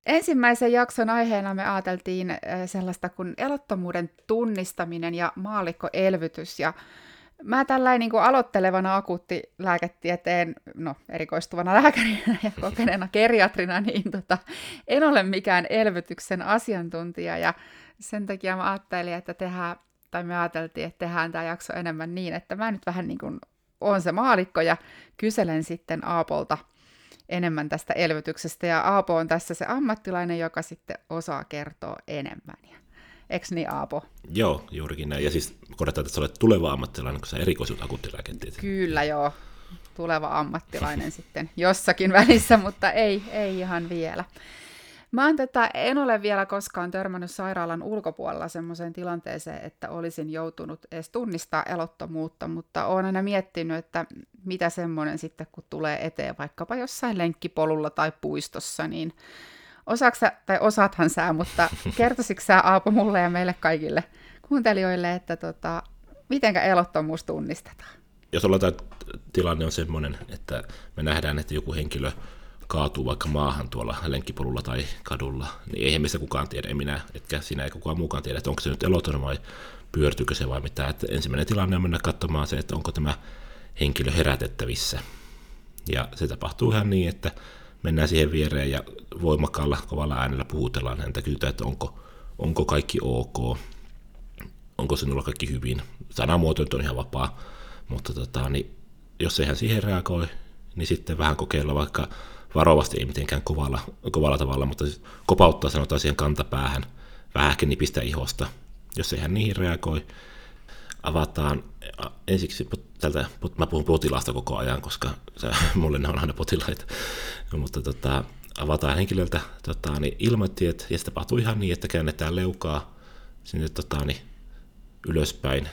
Ensimmäisen jakson aiheena me ajateltiin sellaista kuin elottomuuden tunnistaminen ja maallikkoelvytys. Ja mä tällainen niin kuin aloittelevana akuuttilääketieteen, erikoistuvana lääkärinä ja kokeneena geriatrina, niin en ole mikään elvytyksen asiantuntija. Ja sen takia mä ajattelin, että me ajateltiin, että tehdään tämä jakso enemmän niin, että mä nyt vähän niin kuin olen se maallikko ja kyselen sitten Aapolta enemmän tästä elvytyksestä, ja Aapo on tässä se ammattilainen, joka sitten osaa kertoa enemmän. Eks niin, Aapo? Joo, juurikin näin. Ja siis korjataan, että sä olet tuleva ammattilainen, kun sä erikoisut akuuttilääketieteen. Kyllä joo, tuleva ammattilainen sitten jossakin välissä, mutta ei ihan vielä. En ole vielä koskaan törmännyt sairaalan ulkopuolella semmoiseen tilanteeseen, että olisin joutunut edes tunnistaa elottomuutta, mutta olen aina miettinyt, että mitä semmoinen sitten, kun tulee eteen vaikkapa jossain lenkkipolulla tai puistossa, niin osaathan sä, mutta kertoisitko sä, Aapo, mulle ja meille kaikille kuuntelijoille, että mitenkä elottomuus tunnistetaan? Jos ollaan tilanne on semmoinen, että me nähdään, että joku henkilö kaatuu vaikka maahan tuolla lenkkipolulla tai kadulla, niin eihän meistä kukaan tiedä, ei minä, etkä sinä eikä kukaan muukaan tiedä, että onko se nyt eloton vai pyörtyykö se vai mitä. Että ensimmäinen tilanne on mennä katsomaan se, että onko tämä henkilö herätettävissä. Ja se tapahtuu ihan niin, että mennään siihen viereen ja voimakkaalla, kovalla äänellä puhutellaan häntä, kysytään, että onko kaikki ok, onko sinulla kaikki hyvin. Sanamuoto on ihan vapaa, mutta niin, jos ei hän siihen reagoi, niin sitten vähän kokeilla vaikka varovasti, ei mitenkään kovalla tavalla, mutta siis kopauttaa sanotaan siihen kantapäähän, vähän ehkä nipistä ihosta. Jos ei hän niihin reagoi, avataan ensiksi mä puhun potilaasta koko ajan, koska mulle ne on aina potilaita, mutta avataan henkilöltä niin ilmatiet, ja se tapahtuu ihan niin, että käännetään leukaa sinne niin ylöspäin,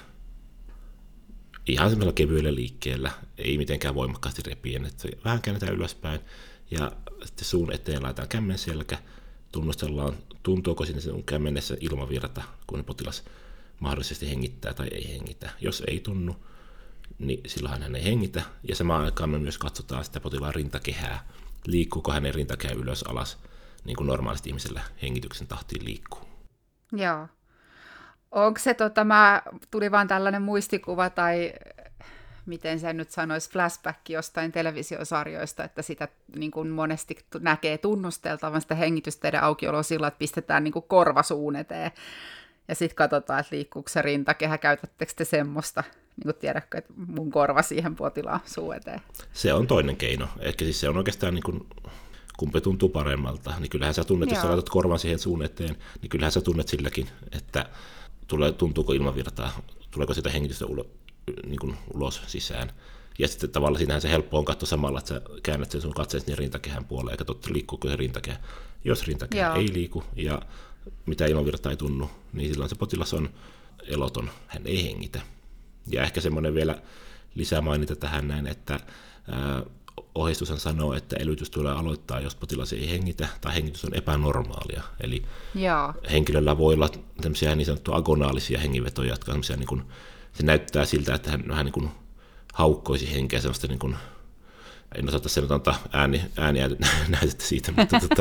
ihan semmoisella kevyellä liikkeellä, ei mitenkään voimakkaasti repien, että vähän käännetään ylöspäin, ja sitten suun eteen laitetaan kämmen selkä, tunnustellaan, tuntuuko sinne sun kämmenessä ilmavirta, kun potilas mahdollisesti hengittää tai ei hengitä. Jos ei tunnu, niin silloin hän ei hengitä, ja samaan aikaan me myös katsotaan sitä potilaan rintakehää, liikkuuko hänen rintakehä ylös alas, niin kuin normaalisti ihmisellä hengityksen tahtiin liikkuu. Joo. Onko se, tuli vaan tällainen muistikuva, tai miten sen nyt sanoisi, flashback jostain televisiosarjoista, että sitä niin kuin monesti näkee tunnusteltavan sitä hengitysteiden aukioloa sillä, että pistetään niin kuin korva suun eteen, ja sitten katsotaan, että liikkuuko se rintakehä, käytättekö te semmoista, niin kuin tiedätkö, että mun korva siihen potilaan suu eteen? Se on toinen keino, ehkä siis se on oikeastaan niin kuin kumpi tuntuu paremmalta, niin kyllähän sä tunnet, jos sä laitat korvan siihen suun eteen, niin kyllähän sä tunnet silläkin, että tuntuuko ilmavirtaa, tuleeko sitä hengitystä niin kuin ulos sisään. Ja sitten tavallaan siinähän se helppo on katsoa samalla, että sä käännät sen sun katseet niin rintakehän puoleen ja katsot, liikkuuko se rintakehä. Jos rintakehä ei liiku ja mitä ilmavirtaa ei tunnu, niin silloin se potilas on eloton, hän ei hengitä. Ja ehkä semmoinen vielä lisämainita tähän näin, että ohjeistushan sanoo, että elvytys tulee aloittaa, jos potilas ei hengitä tai hengitys on epänormaalia. Eli henkilöllä voi olla tämmöisiä niin sanottuja agonaalisia hengenvetoja, jotka on niin kuin, se näyttää siltä, että hän vähän niin kuin haukkoisi henkeä, semmoista niin kuin, en osata sanoa ääniä näytettä siitä,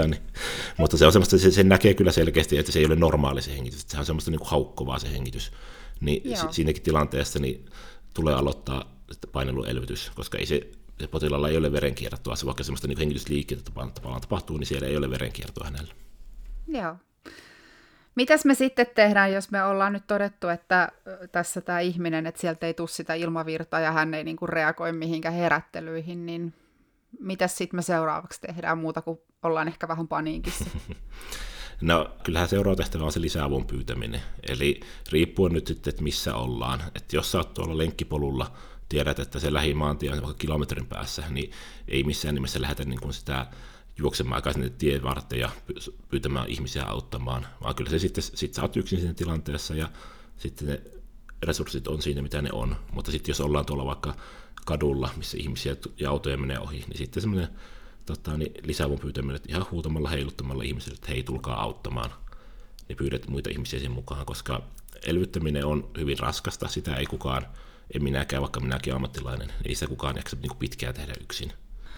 mutta se on semmoista, se näkee kyllä selkeästi, että se ei ole normaali se hengitys, että se on semmoista niin kuin haukkovaa se hengitys. Niin siinäkin tilanteessa niin tulee aloittaa paineluelvytys, koska ei se potilaalla ei ole verenkiertoa, se vaikka semmoista niin hengitysliikkeitä tapahtuu, niin siellä ei ole verenkiertoa hänellä. Joo. Mitäs me sitten tehdään, jos me ollaan nyt todettu, että tässä tämä ihminen, että sieltä ei tule sitä ilmavirtaa ja hän ei niinku reagoi mihinkään herättelyihin, niin mitäs sitten me seuraavaksi tehdään muuta kuin ollaan ehkä vähän paniikissa? No kyllähän seuraava tehtävä on se lisäavun pyytäminen, eli riippuen nyt sitten, että missä ollaan, että jos sä oot tuolla lenkkipolulla, tiedät, että se lähimaantie on vaikka kilometrin päässä, niin ei missään nimessä lähdetä niin kuin sitä juoksemaan aikaa sinne tien varten ja pyytämään ihmisiä auttamaan, vaan kyllä se sitten sä oot yksin siinä tilanteessa ja sitten ne resurssit on siinä, mitä ne on. Mutta sitten jos ollaan tuolla vaikka kadulla, missä ihmisiä ja autoja menee ohi, niin sitten semmoinen niin lisäavun pyytäminen, että ihan huutamalla, heiluttamalla ihmisille, että hei, tulkaa auttamaan, niin pyydät muita ihmisiä sen mukaan, koska elvyttäminen on hyvin raskasta, sitä ei kukaan, en minäkään, vaikka minäkin ammattilainen, ei sitä kukaan jaksa niin pitkään tehdä yksin.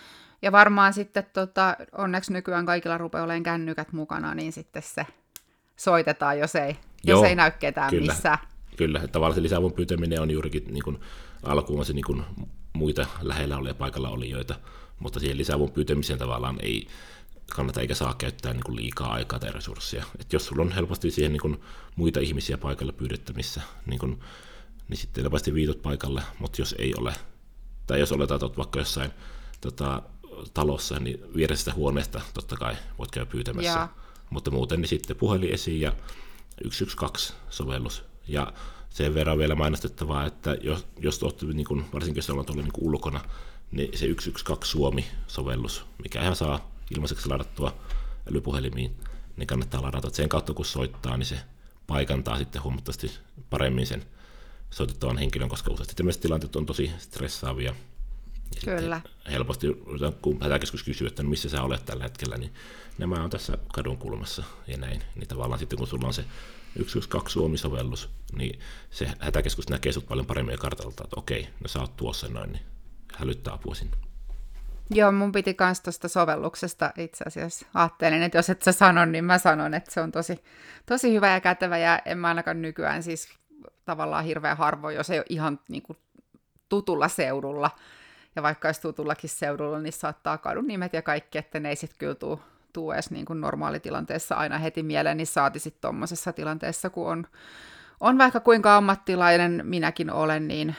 Ja varmaan sitten onneksi nykyään kaikilla rupeaa olemaan kännykät mukana, niin sitten se soitetaan, jos ei näy ketään missään. Kyllä, että tavallaan se lisäavun pyytäminen on juurikin niin kuin, alkuun se niin kuin, muita lähellä olevia paikalla olijoita, mutta siihen lisäavun pyytämiseen tavallaan ei kannata eikä saa käyttää niin kuin, liikaa aikaa tai resursseja. Et jos sulla on helposti siihen niin kuin, muita ihmisiä paikalle pyydettämissä, niin sitten helposti viitot paikalle, mutta jos ei ole, tai jos oletaan vaikka jossain talossa, niin viereisestä huoneesta totta kai voit käydä pyytämässä, mutta muuten niin sitten puhelin esiin ja 112-sovellus. Ja sen verran vielä mainostettavaa, että jos olette, niin kun, varsinkin jos ollaan tuolla niin ulkona, niin se 112 Suomi-sovellus, mikä ihan saa ilmaiseksi ladattua älypuhelimiin, niin kannattaa ladata. Sen kautta kun soittaa, niin se paikantaa sitten huomattavasti paremmin sen soitettavan henkilön, koska useasti tämmöiset tilanteet on tosi stressaavia. Kyllä. Helposti, kun hätäkeskus kysyy, että missä sä olet tällä hetkellä, niin nämä on tässä kadun kulmassa ja näin. Niin tavallaan sitten kun sulla on se 112 Suomi-sovellus, niin se hätäkeskus näkee sut paljon paremmin kartalta, että okei, no sä oot tuossa noin, niin hälyttää apua sinne. Joo, mun piti kans tuosta sovelluksesta itse asiassa. Ajattelin, että jos et sä sano, niin mä sanon, että se on tosi hyvä ja kätevä, ja en mä ainakaan nykyään siis tavallaan hirveän harvoin, jos ei ole ihan niin kuin tutulla seudulla, ja vaikka olisi tutullakin seudulla, niin saattaa kadun nimet ja kaikki, että ne ei sitten kyllä tuu edes niin kuin normaalitilanteessa aina heti mieleen, niin saati sitten tuommoisessa tilanteessa, kun on vaikka kuinka ammattilainen minäkin olen, niin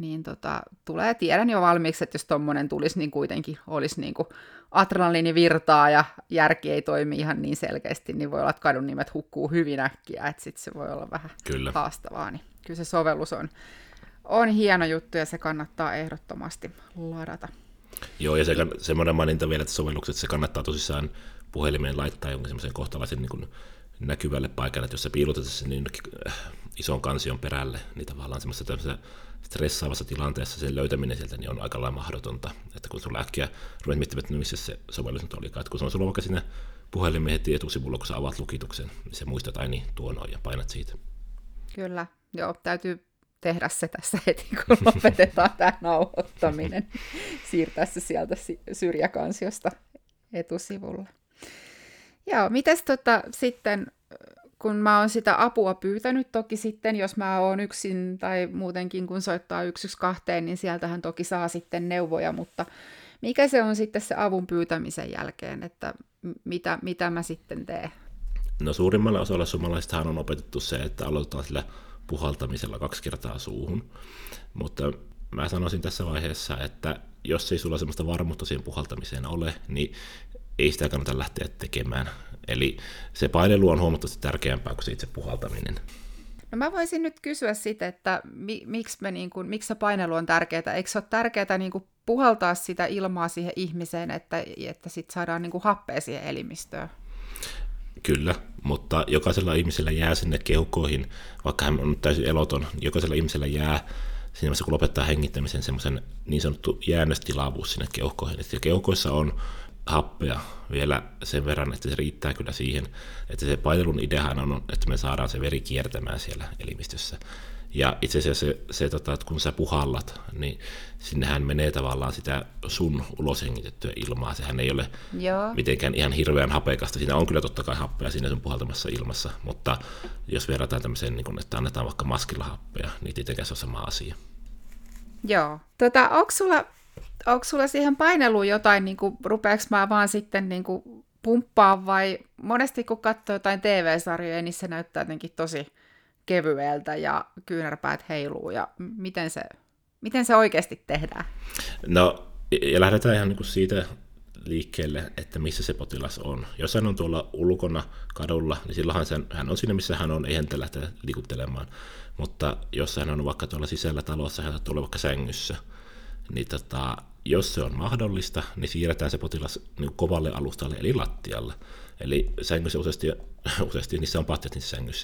tiedän jo valmiiksi, että jos tommonen tulisi, niin kuitenkin olisi niin kuin adrenaliinivirtaa ja järki ei toimi ihan niin selkeästi, niin voi olla, että kadun nimet hukkuu hyvin äkkiä, että sitten se voi olla vähän haastavaa, niin kyllä se sovellus on hieno juttu ja se kannattaa ehdottomasti ladata. Joo, ja semmoinen maininta vielä, että sovellukset se kannattaa tosissaan puhelimeen laittaa jonkin semmoisen kohtalaisen niin kuin näkyvälle paikalle, että jos sä piilotat sen niin ison kansion perälle, niin tavallaan semmoisessa stressaavassa tilanteessa sen löytäminen sieltä niin on aika lailla mahdotonta. Että kun sulla äkkiä ruvet miettimään, että missä se sovellus nyt olikaan, että kun se on sulla vaikka siinä puhelimen heti etusivulla, kun sä avaat lukituksen, niin sä muistat aina tuon ja painat siitä. Kyllä, joo, täytyy tehdä se tässä heti, kun lopetetaan tämä nauhoittaminen, siirtää se sieltä syrjäkansiosta etusivulle. Joo, mites sitten, kun mä oon sitä apua pyytänyt, toki sitten, jos mä oon yksin tai muutenkin, kun soittaa 112, niin sieltähän toki saa sitten neuvoja, mutta mikä se on sitten se avun pyytämisen jälkeen, että mitä mä sitten teen? No suurimmalla osalla suomalaisistahan on opetettu se, että aloitetaan sillä puhaltamisella 2 kertaa suuhun, mutta mä sanoisin tässä vaiheessa, että jos ei sulla sellaista varmuutta siihen puhaltamiseen ole, niin ei sitä kannata lähteä tekemään. Eli se painelu on huomattavasti tärkeämpää kuin se itse puhaltaminen. No mä voisin nyt kysyä sitä, että miksi se painelu on tärkeää? Eikö se ole tärkeää puhaltaa sitä ilmaa siihen ihmiseen, että sit saadaan happea siihen elimistöön? Kyllä, mutta jokaisella ihmisellä jää sinne keuhkoihin, vaikka hän on täysin eloton, jokaisella ihmisellä jää siinä vaiheessa, kun lopettaa hengittämisen, semmoisen niin sanottu jäännöstilavuus sinne keuhkoihin. Että keuhkoissa on happea vielä sen verran, että se riittää kyllä siihen, että se painelun ideahan on, että me saadaan se veri kiertämään siellä elimistössä. Ja itse asiassa se että kun sä puhallat, niin sinnehän menee tavallaan sitä sun uloshengitettyä ilmaa. Sehän ei ole mitenkään ihan hirveän hapekasta. Siinä on kyllä totta kai happea siinä sun puhaltamassa ilmassa, mutta jos verrataan tämmöiseen, niin että annetaan vaikka maskilla happea, niin tietenkään se on sama asia. Joo. Onko sulla siihen paineluun jotain, rupeaks mä vaan sitten pumppaa, vai monesti kun katsoo jotain TV-sarjoja, niin se näyttää jotenkin tosi kevyeltä ja kyynärpäät heiluu, ja miten se oikeasti tehdään? No, ja lähdetään ihan siitä liikkeelle, että missä se potilas on. Jos hän on tuolla ulkona kadulla, niin silloinhan hän on siinä, missä hän on, ei häntä lähteä liikuttelemaan. Mutta jos hän on vaikka tuolla sisällä talossa, hän on vaikka sängyssä, niin jos se on mahdollista, niin siirretään se potilas niin kovalle alustalle, eli lattialle. Eli sängyssä useasti niissä on patjat niissä sängyssä.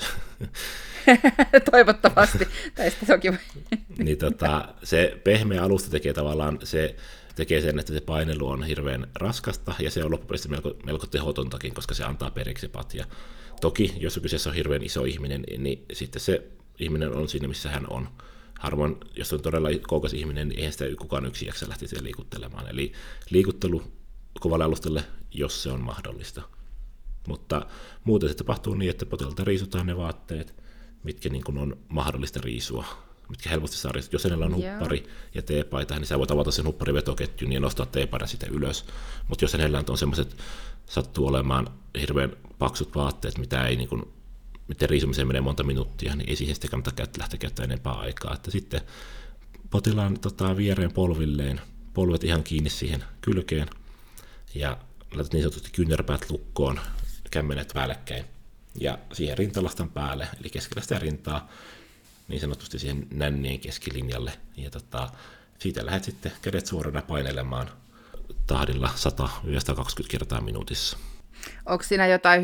Toivottavasti. Tästä toki niin se pehmeä alusta tekee tavallaan, se tekee sen, että se painelu on hirveän raskasta, ja se on loppupeleissä melko tehotontakin, koska se antaa periksi se patja. Toki, jos kyseessä on hirveän iso ihminen, niin sitten se ihminen on siinä, missä hän on. Harvoin, jos on todella koukas ihminen, niin eihän sitä kukaan yksin jaksa lähteä liikuttelemaan. Eli liikuttelu kovalle alustalle, jos se on mahdollista. Mutta muuten se tapahtuu niin, että potilalta riisutaan ne vaatteet, mitkä niin kuin on mahdollista riisua, mitkä helposti saa riisua. Jos hänellä on huppari ja teepaita, niin sä voit avata sen hupparivetoketjun ja nostaa teepaidan sitä ylös. Mutta jos hänellä on semmoiset, sattuu olemaan hirveän paksut vaatteet, miten riisumiseen menee monta minuuttia, niin ei siihen sitten kannata lähteä käyttämään enempää aikaa. Että sitten potilaan viereen polvilleen, polvet ihan kiinni siihen kylkeen ja laitat niin sanotusti kyynärpäät lukkoon, kämmenet päällekkäin ja siihen rintalastan päälle, eli keskellä sitä rintaa, niin sanotusti siihen nännien keskilinjalle. Ja siitä lähdet sitten kädet suorana painelemaan tahdilla 100-120 kertaa minuutissa. Onko siinä jotain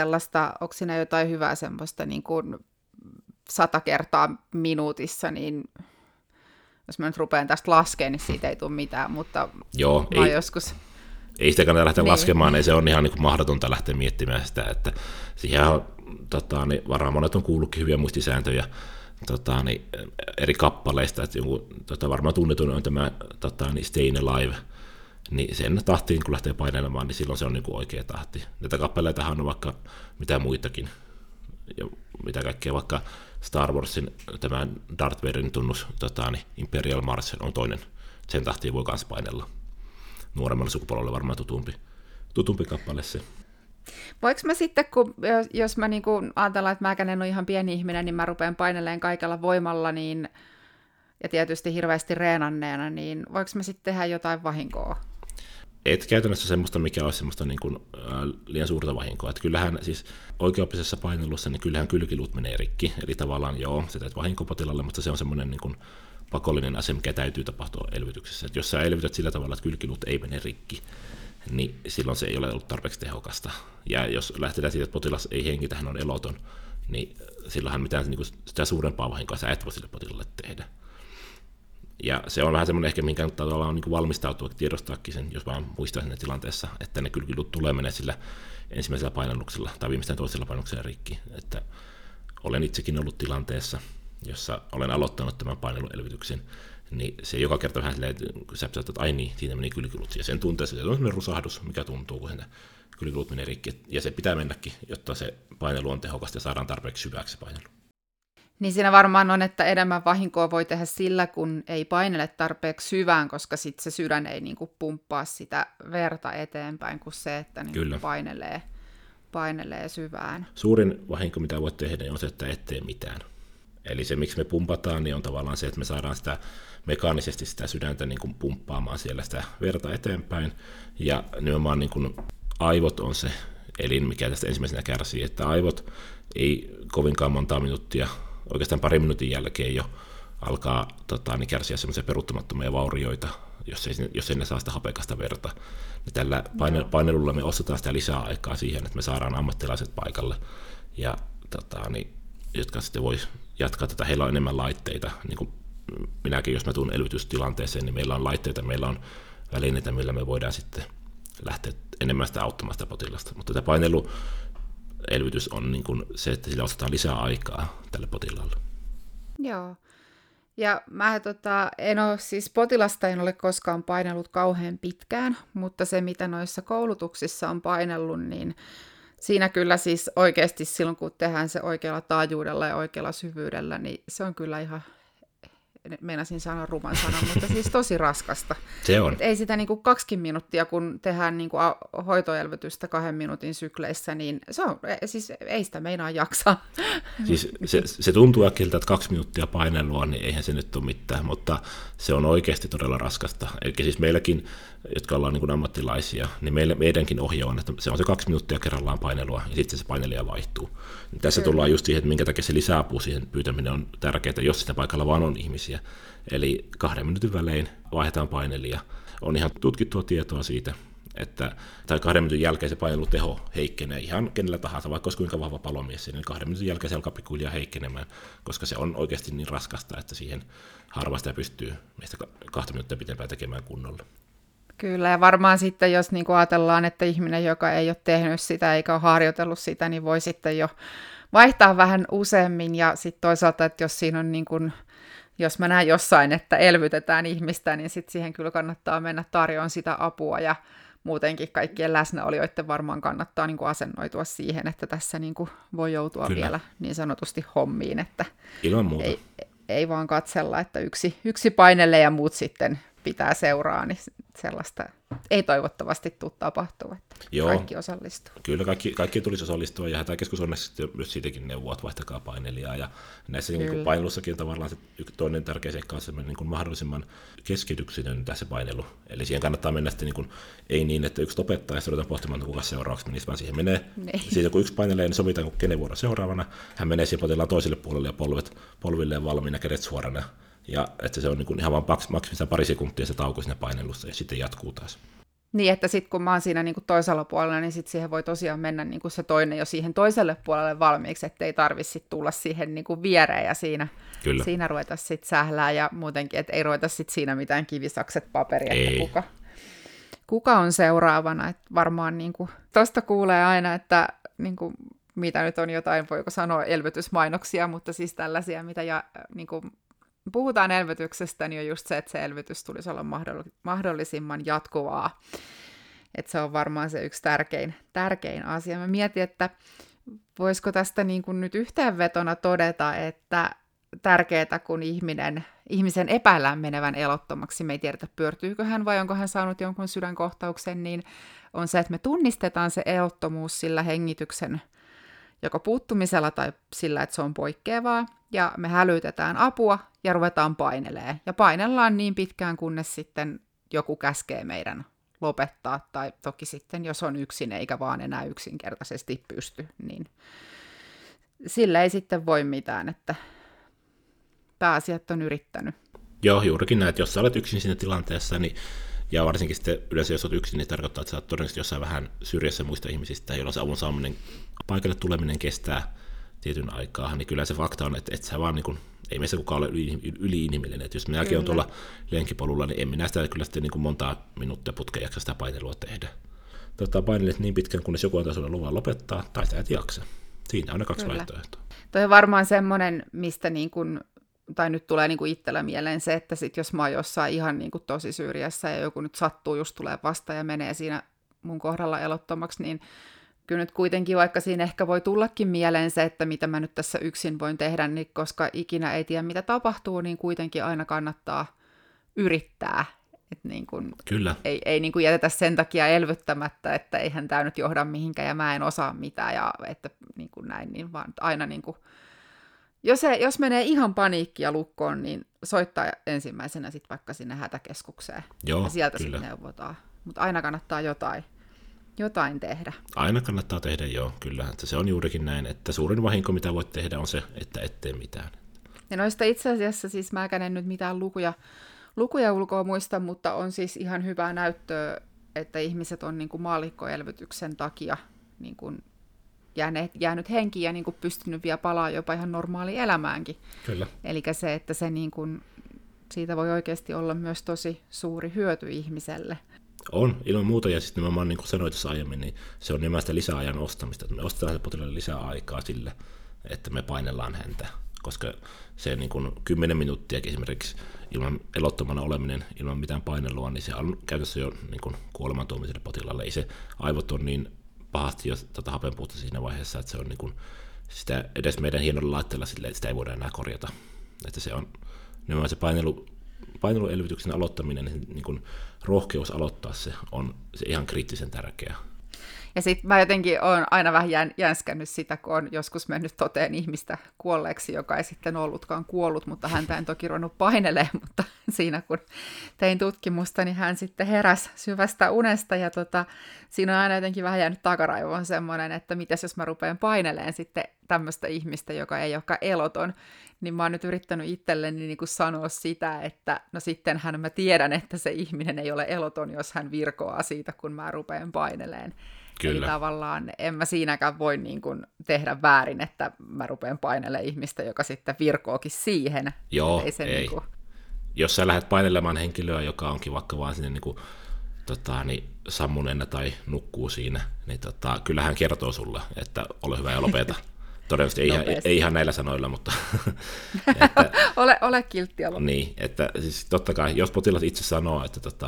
hyvää semmoista niin kuin 100 kertaa minuutissa, niin jos mä nyt rupean tästä laskemaan, niin siitä ei tule mitään, mutta joo, joskus... Ei sitä kannata lähteä laskemaan, ei se on ihan niin kuin mahdotonta lähteä miettimään sitä, että siihen varmaan monet on kuullutkin hyviä muistisääntöjä eri kappaleista, että varmaan tunnetun on tämä Stayin' Alive, niin sen tahtiin kun lähtee painelemaan, niin silloin se on niin kuin oikea tahti. Näitä kappaleitahan on vaikka mitä muitakin, ja mitä kaikkea, vaikka Star Warsin tämä Darth Vaderin tunnus Imperial March on toinen, sen tahtiin voi myös painella. Nuoremmalle sukupolvelle varmaan tutumpi kappale se. Voinko mä sitten, jos mä niin ajatellaan, että mäkään en ole ihan pieni ihminen, niin mä rupean painelleen kaikella voimalla, niin, ja tietysti hirveästi reenanneena, niin voinko mä sitten tehdä jotain vahinkoa? Et käytännössä semmoista, mikä olisi semmoista niin kuin, liian suurta vahinkoa. Että kyllähän siis oikeaoppisessa painelussa, niin kyllähän kylkiluut menee rikki. Eli tavallaan joo, se teet vahinko potilaalle, mutta se on semmoinen niin kuin pakollinen asia, mikä täytyy tapahtua elvytyksessä. Että jos sä elvytät sillä tavalla, että kylkiluut ei mene rikki, niin silloin se ei ole ollut tarpeeksi tehokasta. Ja jos lähdetään siitä, että potilas ei hengitä, hän on eloton, niin silloinhan mitään niin kuin sitä suurempaa vahinkoa sä et voi sille potilaalle tehdä. Ja se on vähän semmoinen ehkä, minkä on niin valmistautua, tiedostaakin sen, jos vaan muistaa siinä tilanteessa, että ne kylkiluut tulee menee sillä ensimmäisellä painalluksella tai viimeistään toisella painalluksella rikki. Että olen itsekin ollut tilanteessa, jossa olen aloittanut tämän paineluelvytyksen, niin se joka kerta vähän silleen, kun sä pysäytät, että ai niin, siinä meni kylkiluut. Ja sen tunteessa se on semmoinen rusahdus, mikä tuntuu, kun se kylkiluut menee rikki. Ja se pitää mennäkin, jotta se painelu on tehokasta ja saadaan tarpeeksi syväksi se painelu. Niin siinä varmaan on, että enemmän vahinkoa voi tehdä sillä, kun ei painele tarpeeksi syvään, koska sitten se sydän ei niin kuin pumppaa sitä verta eteenpäin kuin se, että niin painelee syvään. Suurin vahinko, mitä voit tehdä, on se, että et tee mitään. Eli se, miksi me pumpataan, niin on tavallaan se, että me saadaan sitä mekaanisesti sitä sydäntä niin kuin pumppaamaan siellä sitä verta eteenpäin. Ja nimenomaan niin kuin aivot on se elin, mikä tästä ensimmäisenä kärsii, että aivot ei kovinkaan montaa minuuttia, oikeastaan parin minuutin jälkeen jo alkaa niin kärsiä semmoisia peruuttamattomia vaurioita, jos ei ne saa sitä hapekasta verta. Niin tällä painelulla me ostetaan sitä lisää aikaa siihen, että me saadaan ammattilaiset paikalle, ja jotka sitten voi jatkaa tätä. Heillä on enemmän laitteita. Niin kuin minäkin, jos mä tuun elvytystilanteeseen, niin meillä on laitteita, meillä on välineitä, millä me voidaan sitten lähteä enemmän sitä auttamaan sitä potilasta. Mutta tämä paineluelvytys on niin kuin se, että sillä ostetaan lisää aikaa tälle potilaalle. Joo. Ja mä potilasta en ole koskaan painellut kauhean pitkään, mutta se mitä noissa koulutuksissa on painellut, niin siinä kyllä siis oikeasti silloin, kun tehdään se oikealla taajuudella ja oikealla syvyydellä, niin se on kyllä ihan, meinasin sanoa ruman sanan, mutta siis tosi raskasta. Se on. Et ei sitä niin kuin 20 minuuttia, kun tehdään niin kuin hoitoelvytystä 2 minuutin sykleissä, niin se on, siis ei sitä meinaa jaksaa. Siis se tuntuu äkkieltä, että 2 minuuttia painelua, niin eihän se nyt ole mitään, mutta se on oikeasti todella raskasta. Eli siis meilläkin, jotka ollaan niin kuin ammattilaisia, niin meidänkin ohje on, että se on se 2 minuuttia kerrallaan painelua, ja sitten se painelija vaihtuu. Tässä tullaan just siihen, että minkä takia se lisäapu siihen pyytäminen on tärkeää, jos sitä paikalla vaan on ihmisiä. Eli 2 minuutin välein vaihdetaan painelija. On ihan tutkittua tietoa siitä, että 2 minuutin jälkeen se paineluteho heikkenee ihan kenellä tahansa, vaikka olisi kuinka vahva palomies, niin 2 minuutin jälkeen se alkaa pikkuhiljaa heikkenemään, koska se on oikeasti niin raskasta, että siihen harva sitä pystyy meistä 2 minuuttia pitempään tekemään kunnolla. Kyllä, ja varmaan sitten, jos niin kuin ajatellaan, että ihminen, joka ei ole tehnyt sitä eikä ole harjoitellut sitä, niin voi sitten jo vaihtaa vähän useammin, ja sitten toisaalta, että jos siinä on niin kuin, jos mä näen jossain, että elvytetään ihmistä, niin sitten siihen kyllä kannattaa mennä tarjoamaan sitä apua ja muutenkin kaikkien läsnäolijoiden varmaan kannattaa niin kuin asennoitua siihen, että tässä niin kuin voi joutua Kyllä. vielä niin sanotusti hommiin, että Ilman muuta. ei vaan katsella, että yksi painelee ja muut sitten pitää seuraa, niin sellaista ei toivottavasti tule tapahtua, että kaikki osallistuu. Kyllä kaikki tulisi osallistua, ja Hätäkeskus onneksi myös siitäkin neuvoa, että vaihtakaa painelijaa, ja näissä niin painelussakin tavallaan se toinen tärkeä seikka on semmoinen niin mahdollisimman keskityksinen tässä painelu, eli siihen kannattaa mennä sitten ei niin, että yksi opettaa, ja sitten ruvetaan pohtimaan, että kuka seuraavaksi menisi, vaan siihen menee, siitä kun yksi painelee, niin sovitaan, kun kenen vuoro seuraavana, hän menee siihen potilaan toiselle puolelle, ja polvilleen valmiina, kädet suorana, ja että se on niin kuin ihan vaan maksimissaan pari sekuntia se tauko siinä painelussa, ja sitten jatkuu taas. Niin, että sitten kun mä oon siinä niin kuin toisella puolella, niin sitten siihen voi tosiaan mennä niin kuin se toinen jo siihen toiselle puolelle valmiiksi, ettei tarvitse tulla siihen niin kuin viereen ja siinä ruveta sitten sählää ja muutenkin, että ei ruveta sitten siinä mitään kivisakset paperia, että kuka on seuraavana. Että varmaan niin kuin, tosta kuulee aina, että niin kuin, mitä nyt on jotain, voiko sanoa elvytysmainoksia, mutta siis tällaisia, mitä niin kuin, puhutaan elvytyksestä, niin on just se, että se elvytys tulisi olla mahdollisimman jatkuvaa. Että se on varmaan se yksi tärkein asia. Mä mietin, että voisiko tästä niin kuin nyt yhteenvetona todeta, että tärkeää, kun ihmisen epäillään menevän elottomaksi, me ei tiedetä, pyörtyykö hän vai onko hän saanut jonkun sydänkohtauksen, niin on se, että me tunnistetaan se elottomuus sillä hengityksen joko puuttumisella tai sillä, että se on poikkeavaa, ja me hälytetään apua ja ruvetaan painelemaan. Ja painellaan niin pitkään, kunnes sitten joku käskee meidän lopettaa, tai toki sitten, jos on yksin eikä vaan enää yksinkertaisesti pysty, niin sillä ei sitten voi mitään, että pääasiat on yrittänyt. Joo, juurikin näin, että jos sä olet yksin siinä tilanteessa, niin ja varsinkin sitten yleensä, jos olet yksin, niin tarkoittaa, että sä olet todennäköisesti jossain vähän syrjässä muista ihmisistä, jolloin se avun saaminen, paikalle tuleminen kestää tietyn aikaa, niin kyllä se fakta on, että et sä vaan niin kuin, ei meissä kukaan ole yli-inhimillinen. Että jos minäkin olen tuolla lenkipolulla, niin en minä sitä kyllä sitten niin kuin montaa minuuttia putkeen jaksa sitä painelua tehdä. Painelet niin pitkään, kunnes joku antaa sinulle luvan lopettaa, tai sä et jaksa. Siinä on ne kaksi vaihtoehtoa. Toi on varmaan semmoinen, mistä niin kuin, tai nyt tulee niin kuin itsellä mieleen se, että sit jos mä oon jossain ihan niin kuin tosi syrjässä ja joku nyt sattuu just tulee vasta ja menee siinä mun kohdalla elottomaksi, niin kyllä nyt kuitenkin, vaikka siinä ehkä voi tullakin mieleen se, että mitä mä nyt tässä yksin voin tehdä, niin koska ikinä ei tiedä, mitä tapahtuu, niin kuitenkin aina kannattaa yrittää. Että niin kun kyllä. Ei niin kun jätetä sen takia elvyttämättä, että eihän tämä nyt johda mihinkään ja mä en osaa mitään, ja että niin kun näin, niin vaan aina niin kun, jos menee ihan paniikkia lukkoon, niin soittaa ensimmäisenä sitten vaikka sinne hätäkeskukseen. Joo, ja sieltä kyllä. sitten neuvotaan. Mutta aina kannattaa jotain tehdä. Aina kannattaa tehdä, joo, kyllä. Että se on juurikin näin, että suurin vahinko, mitä voit tehdä, on se, että et tee mitään. Ja noista itse asiassa siis mäkään en nyt mitään lukuja ulkoa muista, mutta on siis ihan hyvää näyttöä, että ihmiset on niin kuin maallikkoelvytyksen takia niin kuin jäänyt henkiin ja niin kuin pystynyt vielä palaa jopa ihan normaaliin elämäänkin. Kyllä. Eli se, että se niin kuin, siitä voi oikeasti olla myös tosi suuri hyöty ihmiselle. On, ilman muuta, ja sitten nimenomaan niin kuin sanoin tuossa aiemmin, niin se on nimenomaan sitä lisäajan ostamista, että me ostetaan potilaalle lisää aikaa sille, että me painellaan häntä, koska se niin kuin 10 minuuttiakin esimerkiksi ilman elottomana oleminen, ilman mitään painelua, niin se on käytössä jo niin kuin kuoleman tuomiselle potilaalle. Ei se aivot on niin pahasti jo hapenpuutta siinä vaiheessa, että se on niin kuin sitä edes meidän hienolla laitteella sille, että sitä ei voida enää korjata. Että se on nimenomaan se paineluelvytyksen aloittaminen, niin kuin rohkeus aloittaa se on se ihan kriittisen tärkeä. Ja sitten mä jotenkin oon aina vähän jänskännyt sitä, kun on joskus mennyt toteen ihmistä kuolleeksi, joka ei sitten ollutkaan kuollut, mutta häntä en toki ruvennut painelemaan, mutta siinä kun tein tutkimusta, niin hän sitten heräsi syvästä unesta, ja siinä on aina jotenkin vähän jäänyt takaraivoon semmoinen, että mitäs jos mä rupean paineleen sitten tämmöistä ihmistä, joka ei olekaan eloton, niin mä oon nyt yrittänyt itselleni niin kuin sanoa sitä, että no sittenhän mä tiedän, että se ihminen ei ole eloton, jos hän virkoaa siitä, kun mä rupean paineleen. Kyllä. Eli tavallaan en mä siinäkään voi niin kuin tehdä väärin, että mä rupean painelemaan ihmistä, joka sitten virkookin siihen. Joo, ei. Niin kuin... Jos sä lähdet painelemaan henkilöä, joka onkin vaikka vaan sinne niin kuin, sammuneena tai nukkuu siinä, niin kyllähän kertoo sulle, että ole hyvä ja lopeta. todennäköisesti ei ihan näillä sanoilla, mutta... ole kiltti olo. Niin, että siis totta kai, jos potilas itse sanoo,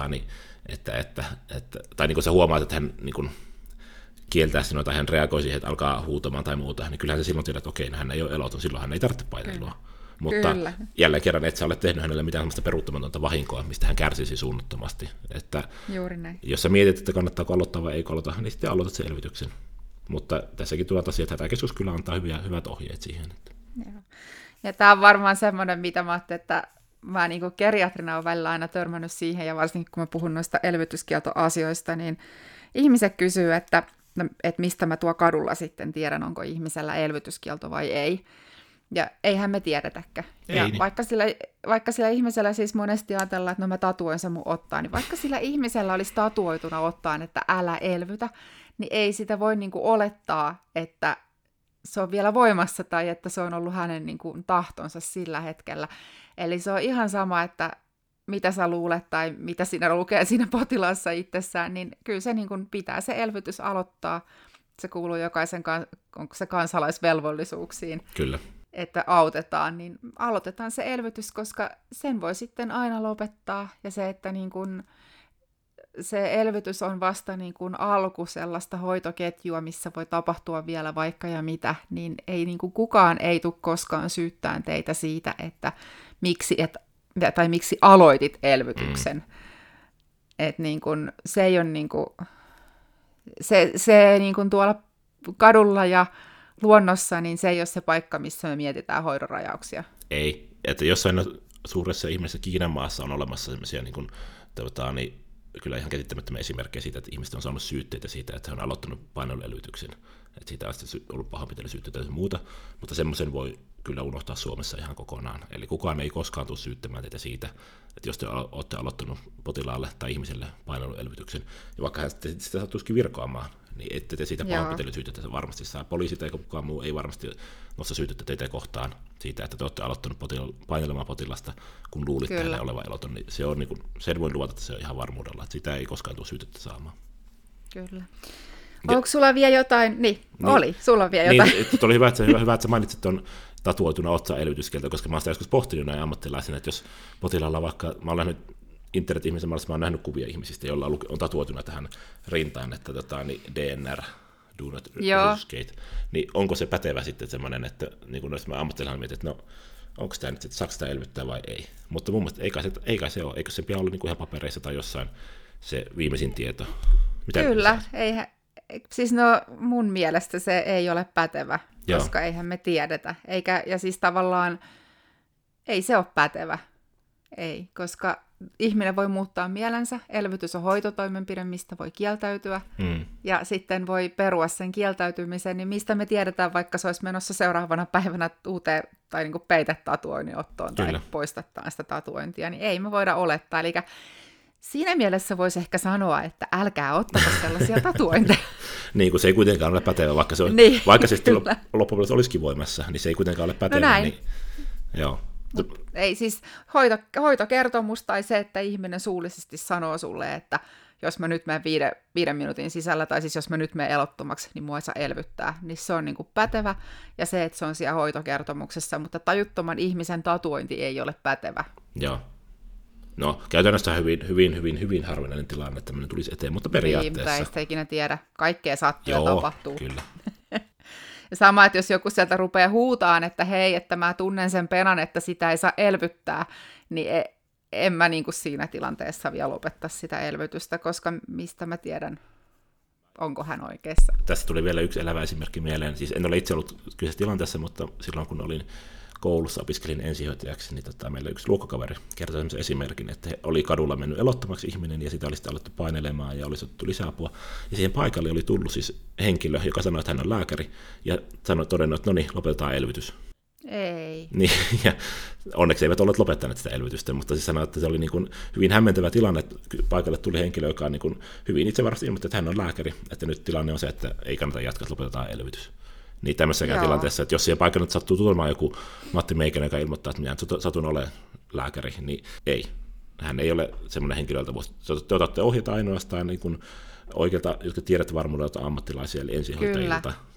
tai niin kuin sä huomaat, että hän niin kuin kieltää sinua tai hän reagoi siihen, että alkaa huutamaan tai muuta, niin kyllähän se silloin tiedät, että okei, hän ei ole eloton, silloin hän ei tarvitse painelua. Mutta Kyllä. jälleen kerran, et sä ole tehnyt hänelle mitään sellaista peruuttamatonta vahinkoa, mistä hän kärsisi suunnattomasti. Että juuri näin. Jos sä mietit, että kannattaako aloittaa vai ei aloita, niin sitten aloitat sen elvytyksen. Mutta tässäkin tulee tosiaan, että hätäkeskus kyllä antaa hyvät ohjeet siihen. Joo. Ja tämä on varmaan semmoinen, mitä mä ajattelin, että mä niin kuin geriatrina olen välillä aina törmännyt siihen, ja varsinkin kun mä puhun noista elvytyskieltoasioista, niin ihmiset kysyy, että mistä mä tuo kadulla sitten tiedän, onko ihmisellä elvytyskielto vai ei. Ja eihän me tiedetäkään. Ja niin. vaikka sillä ihmisellä siis monesti ajatellaan, että no mä tatuoin sen mun ottaa, niin vaikka sillä ihmisellä olisi tatuoituna ottaan, että älä elvytä, niin ei sitä voi niin kuin olettaa, että se on vielä voimassa tai että se on ollut hänen niin kuin tahtonsa sillä hetkellä. Eli se on ihan sama, että mitä sä luulet tai mitä siinä lukee siinä potilaassa itsessään, niin kyllä se niin kuin pitää se elvytys aloittaa. Se kuuluu jokaisen onko se kansalaisvelvollisuuksiin. Kyllä. Että autetaan, niin aloitetaan se elvytys, koska sen voi sitten aina lopettaa. Ja se, että niin kun se elvytys on vasta niin kun alku sellaista hoitoketjua, missä voi tapahtua vielä vaikka ja mitä, niin ei niin kun kukaan ei tule koskaan syyttämään teitä siitä, että miksi aloitit elvytyksen. Et niin kun, se ei ole niin kun, se niin kun tuolla kadulla ja luonnossa, niin se ei ole se paikka, missä me mietitään hoidon rajauksia. Ei, että jossain suuressa ihmisessä Kiinan maassa on olemassa sellaisia niin kyllä ihan käsittämättömiä esimerkkejä siitä, että ihmiset on saanut syytteitä siitä, että he on aloittanut painonelvytyksen. Että siitä on sitten ollut pahoinpitelysyytteitä ja muuta, mutta semmoisen voi kyllä unohtaa Suomessa ihan kokonaan. Eli kukaan ei koskaan tule syyttämään teitä siitä, että jos te olette aloittanut potilaalle tai ihmiselle painonelvytyksen, ja vaikka hän sitä sattuisikin virkoamaan, niin ette te siitä pahoinpitelysyytettä varmasti saa. Poliisi tai kukaan muu ei varmasti nosta syytettä teitä kohtaan siitä, että te olette aloittanut painelemaan potilasta, kun luulitte hänelle olevan eloton. Niin se on, niin kuin, sen voin luvata, että se on ihan varmuudella, että sitä ei koskaan tule syytettä saamaan. Kyllä. Onko sulla vielä jotain? Niin, oli. Sulla on vielä jotain. Niin, oli hyvä, että mainitsit tuon tatuoituna otsaa elvytyskieltä, koska mä oon sitä joskus pohtinut näin ammattilaisena, että jos potilaalla vaikka, mä oon nähnyt internet-ihmisen mallissa, mä oon nähnyt kuvia ihmisistä, joilla on tatuoituna tähän rintaan, että niin DNR, Do Not Resuscitate, niin onko se pätevä sitten semmoinen, että niin kun mä ammattilaisena mietin, että no, onko tämä nyt, että saako sitä elvyttää vai ei. Mutta mun mielestä ei kai se ole, eikö se pidä olla niin kuin ihan papereissa tai jossain se viimeisin tieto. Kyllä, siis mun mielestä se ei ole pätevä, koska eihän me tiedetä. Ja siis tavallaan ei se ole pätevä. Ei, koska ihminen voi muuttaa mielensä. Elvytys on hoitotoimenpide, mistä voi kieltäytyä. Ja sitten voi perua sen kieltäytymisen, niin mistä me tiedetään, vaikka se olisi menossa seuraavana päivänä uuteen tai niin kuin peitetatuoinnin ottoon tai poistetaan sitä tatuointia, niin ei me voida olettaa. Eli siinä mielessä voisi ehkä sanoa, että älkää ottako sellaisia tatuointeja. Niin, kun se ei kuitenkaan ole pätevä, vaikka se, vaikka se loppujen olisikin voimassa, niin se ei kuitenkaan ole pätevä. No näin. Niin, joo. Ei siis hoitokertomus tai se, että ihminen suullisesti sanoo sulle, että jos mä nyt menen 5 minuutin sisällä, tai siis jos mä nyt menen elottomaksi, niin mua ei saa elvyttää, niin se on niin kuin pätevä, ja se, että se on siellä hoitokertomuksessa, mutta tajuttoman ihmisen tatuointi ei ole pätevä. Joo. No, käytännössä hyvin harvinainen tilanne, että tämmöinen tulisi eteen, mutta periaatteessa... Niin, mutta ei sitä ikinä tiedä. Kaikkea sattuu ja tapahtuu. Kyllä. Ja sama, että jos joku sieltä rupeaa huutaan, että hei, että mä tunnen sen penan, että sitä ei saa elvyttää, niin en mä niin kuin siinä tilanteessa vielä lopettaa sitä elvytystä, koska mistä mä tiedän, onko hän oikeassa. Tässä tuli vielä yksi elävä esimerkki mieleen. Siis en ole itse ollut kyseisessä tilanteessa, mutta silloin kun olin koulussa, opiskelin ensihoitajaksi, niin meillä yksi luokkakaveri kertoi sellaisen esimerkin, että oli kadulla mennyt elottomaksi ihminen, ja sitä oli sitten alettu painelemaan, ja olisi otettu lisäapua. Ja siihen paikalle oli tullut siis henkilö, joka sanoi, että hän on lääkäri, ja todennut, että no niin, lopetetaan elvytys. Ei. Niin, ja onneksi eivät olleet lopettaneet sitä elvytystä, mutta siis sanoi, että se oli niin kuin hyvin hämmentävä tilanne, että paikalle tuli henkilö, joka on niin kuin hyvin itsevarasti ilmoitti, että hän on lääkäri, että nyt tilanne on se, että ei kannata jatkaa, että lopetetaan elvytys. Niin tämmöisessäkään tilanteessa, että jos siihen paikalla sattuu tulemaan joku Matti Meikänen, joka ilmoittaa, että minä satun olemaan lääkäri, niin ei. Hän ei ole semmoinen henkilö, jolta te otatte ohjata ainoastaan niin kuin oikealta, jotka tiedät varmuudelta ammattilaisia, eli ensihoitajilta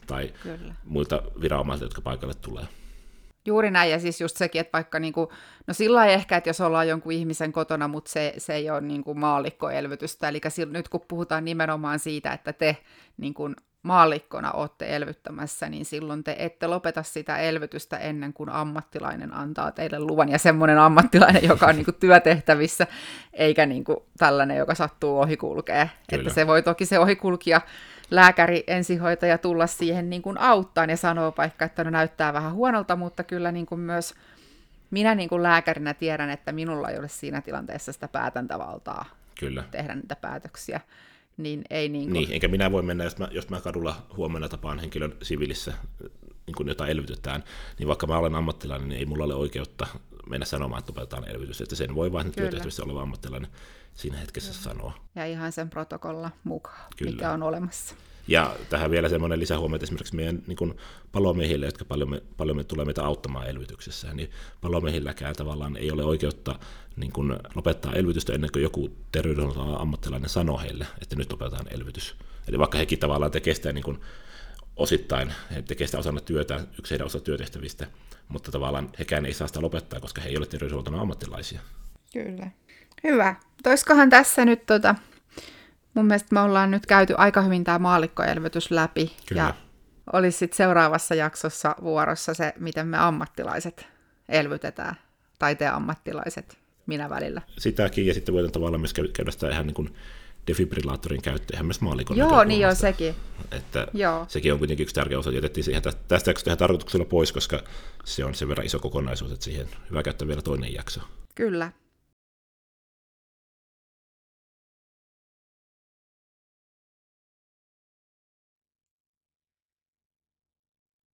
tai Kyllä. muilta viranomaisilta, jotka paikalle tulee. Juuri näin, ja siis just sekin, että vaikka niinku, no sillä lailla ehkä, että jos ollaan jonkun ihmisen kotona, mutta se ei ole niinku maallikkoelvytystä, eli nyt kun puhutaan nimenomaan siitä, että te niinku maallikkona olette elvyttämässä, niin silloin te ette lopeta sitä elvytystä ennen kuin ammattilainen antaa teille luvan, ja semmoinen ammattilainen, joka on niinku työtehtävissä, eikä niinku tällainen, joka sattuu ohikulkee. Että se voi toki se ohikulkija, lääkäri, ensihoitaja tulla siihen niin kuin auttaan ja sanoo vaikka, että no näyttää vähän huonolta, mutta kyllä niin kuin myös minä niin kuin lääkärinä tiedän, että minulla ei ole siinä tilanteessa sitä päätäntävaltaa tehdä niitä päätöksiä. Niin, ei niin, kuin... niin, enkä minä voi mennä, jos mä kadulla huomenna tapaan henkilön siviilissä, niin kuin jota elvytetään, niin vaikka mä olen ammattilainen, niin ei mulla ole oikeutta mennä sanomaan, että lopetetaan elvytys. Että sen voi vain työtehtävissä oleva ammattilainen siinä hetkessä sanoa. Ja ihan sen protokolla mukaan, mikä on olemassa. Ja tähän vielä semmoinen lisähuomio, esimerkiksi meidän niin kuin palomiehille, jotka paljon tulee meitä auttamaan elvytyksessä, niin palomiehilläkään tavallaan ei ole oikeutta niin kuin lopettaa elvytystä ennen kuin joku terveydenhuollon ammattilainen sanoo heille, että nyt lopetetaan elvytys. Eli vaikka hekin tavallaan tekee sitä niin kuin osittain, he tekee sitä osana työtä, yksi heidän osa työtehtävistä, mutta tavallaan hekään ei saa sitä lopettaa, koska he ei ole terveydenhuollon ammattilaisia. Kyllä. Hyvä. Olisikohan tässä nyt mun mielestä me ollaan nyt käyty aika hyvin tämä maallikkoelvytys läpi. Kyllä. Ja olisi sitten seuraavassa jaksossa vuorossa se, miten me ammattilaiset elvytetään. Tai te ammattilaiset, minä välillä. Sitäkin, ja sitten voidaan tavallaan myös käydä sitä ihan niin kuin defibrillaattorin käyttöä, ihan myös maallikon Joo, niin joo, sekin. Että sekin on kuitenkin yksi tärkeä osa. Jätettiin siihen tästä jaksosta ihan tarkoituksella pois, koska se on sen verran iso kokonaisuus, että siihen hyvä käyttää vielä toinen jakso. Kyllä.